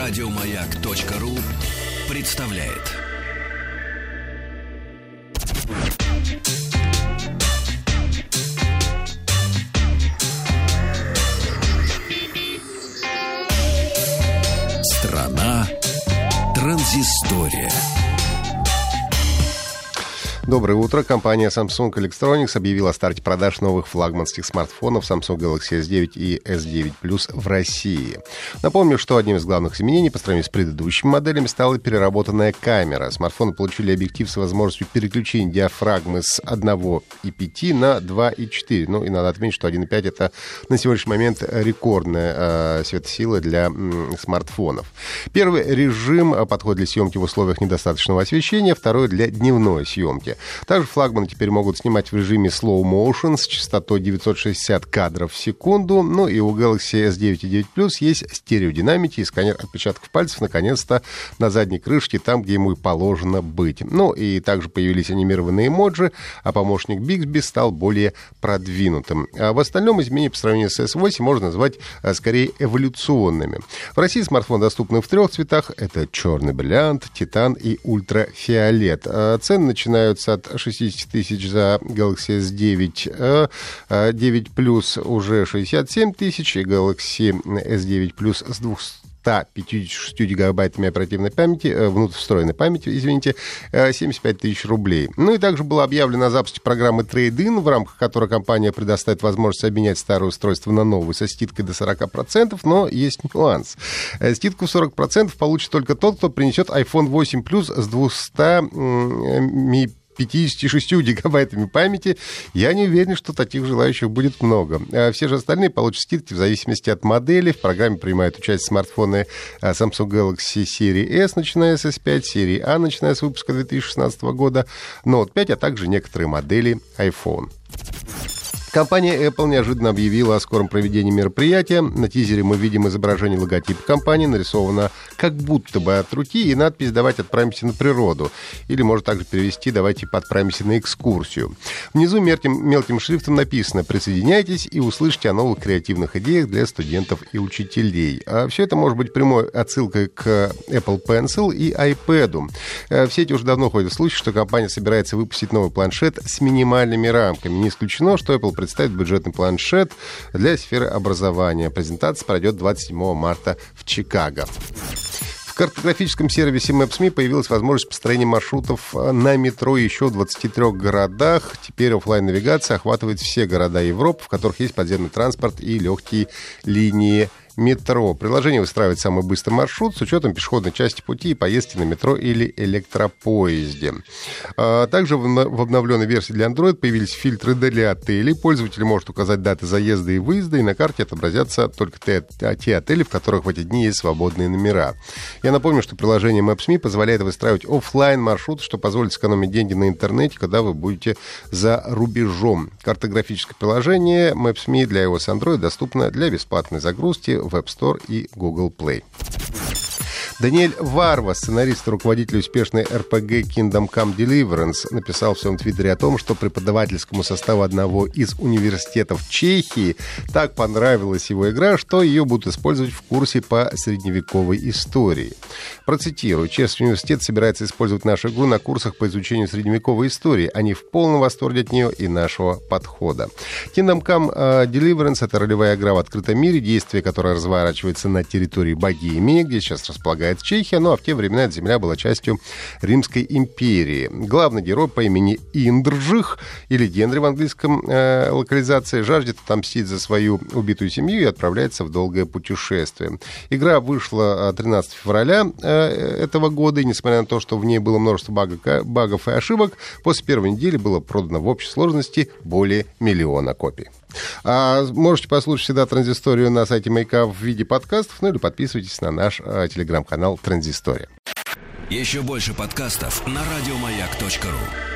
Радиомаяк.ру представляет. Страна транзистория. Доброе утро. Компания Samsung Electronics объявила о старте продаж новых флагманских смартфонов Samsung Galaxy S9 и S9 Plus в России. Напомню, что одним из главных изменений по сравнению с предыдущими моделями стала переработанная камера. Смартфоны получили объектив с возможностью переключения диафрагмы с 1,5 на 2,4. Ну и надо отметить, что 1,5 — это на сегодняшний момент рекордная светосила для смартфонов. Первый режим подходит для съемки в условиях недостаточного освещения, второй — для дневной съемки. Также флагманы теперь могут снимать в режиме slow motion с частотой 960 кадров в секунду. Ну и у Galaxy S9 и 9 Plus есть стереодинамики и сканер отпечатков пальцев, наконец-то, на задней крышке, там, где ему и положено быть. Ну и также появились анимированные эмоджи, а помощник Bixby стал более продвинутым. А в остальном изменения по сравнению с S8 можно назвать скорее эволюционными. В России смартфон доступны в трех цветах. Это черный бриллиант, титан и ультрафиолет. Цены начинаются от 60 тысяч за Galaxy S9, 9 Plus уже 67 тысяч, и Galaxy S9 Plus с 256 гигабайтами оперативной памяти, встроенной памяти, 75 тысяч рублей. Ну и также было объявлено о запуске программы Trade-in, в рамках которой компания предоставит возможность обменять старое устройство на новое со скидкой до 40%, но есть нюанс. Скидку в 40% получит только тот, кто принесет iPhone 8 Plus с 256 гигабайтами памяти. Я не уверен, что таких желающих будет много. Все же остальные получат скидки в зависимости от модели. В программе принимают участие смартфоны Samsung Galaxy серии S, начиная с S5, серии A, начиная с выпуска 2016 года, Note 5, а также некоторые модели iPhone. Компания Apple неожиданно объявила о скором проведении мероприятия. На тизере мы видим изображение логотипа компании, нарисовано как будто бы от руки, и надпись «Давайте отправимся на природу». Или можно также перевести «Давайте отправимся на экскурсию». Внизу мелким шрифтом написано «Присоединяйтесь и услышьте о новых креативных идеях для студентов и учителей». А все это может быть прямой отсылкой к Apple Pencil и iPad. В сети уже давно ходят слухи, что компания собирается выпустить новый планшет с минимальными рамками. Не исключено, что Apple представит бюджетный планшет для сферы образования. Презентация пройдет 27 марта в Чикаго. В картографическом сервисе Maps.me появилась возможность построения маршрутов на метро еще в 23 городах. Теперь офлайн-навигация охватывает все города Европы, в которых есть подземный транспорт и легкие линии метро. Приложение выстраивает самый быстрый маршрут с учетом пешеходной части пути и поездки на метро или электропоезде. Также в обновленной версии для Android появились фильтры для отелей. Пользователь может указать даты заезда и выезда, и на карте отобразятся только те отели, в которых в эти дни есть свободные номера. Я напомню, что приложение Maps.me позволяет выстраивать офлайн маршрут, что позволит сэкономить деньги на интернете, когда вы будете за рубежом. Картографическое приложение Maps.me для iOS и Android доступно для бесплатной загрузки в App Store и Google Play. Даниэль Варва, сценарист и руководитель успешной RPG Kingdom Come Deliverance, написал в своем твиттере о том, что преподавательскому составу одного из университетов Чехии так понравилась его игра, что ее будут использовать в курсе по средневековой истории. Процитирую. Чешский университет собирается использовать нашу игру на курсах по изучению средневековой истории. Они в полном восторге от нее и нашего подхода. Kingdom Come Deliverance — это ролевая игра в открытом мире, действие которой разворачивается на территории Богемии, где сейчас располагается Чехия, ну а в те времена эта земля была частью Римской империи. Главный герой по имени Индржих, или Генри в английском локализации, жаждет отомстить за свою убитую семью и отправляется в долгое путешествие. Игра вышла 13 февраля этого года, и несмотря на то, что в ней было множество багов и ошибок, после первой недели было продано в общей сложности более 1 миллиона копий. Можете послушать всегда Транзисторию на сайте Маяка в виде подкастов, ну или подписывайтесь на наш телеграм-канал Транзистория. Еще больше подкастов на радиомаяк.ру.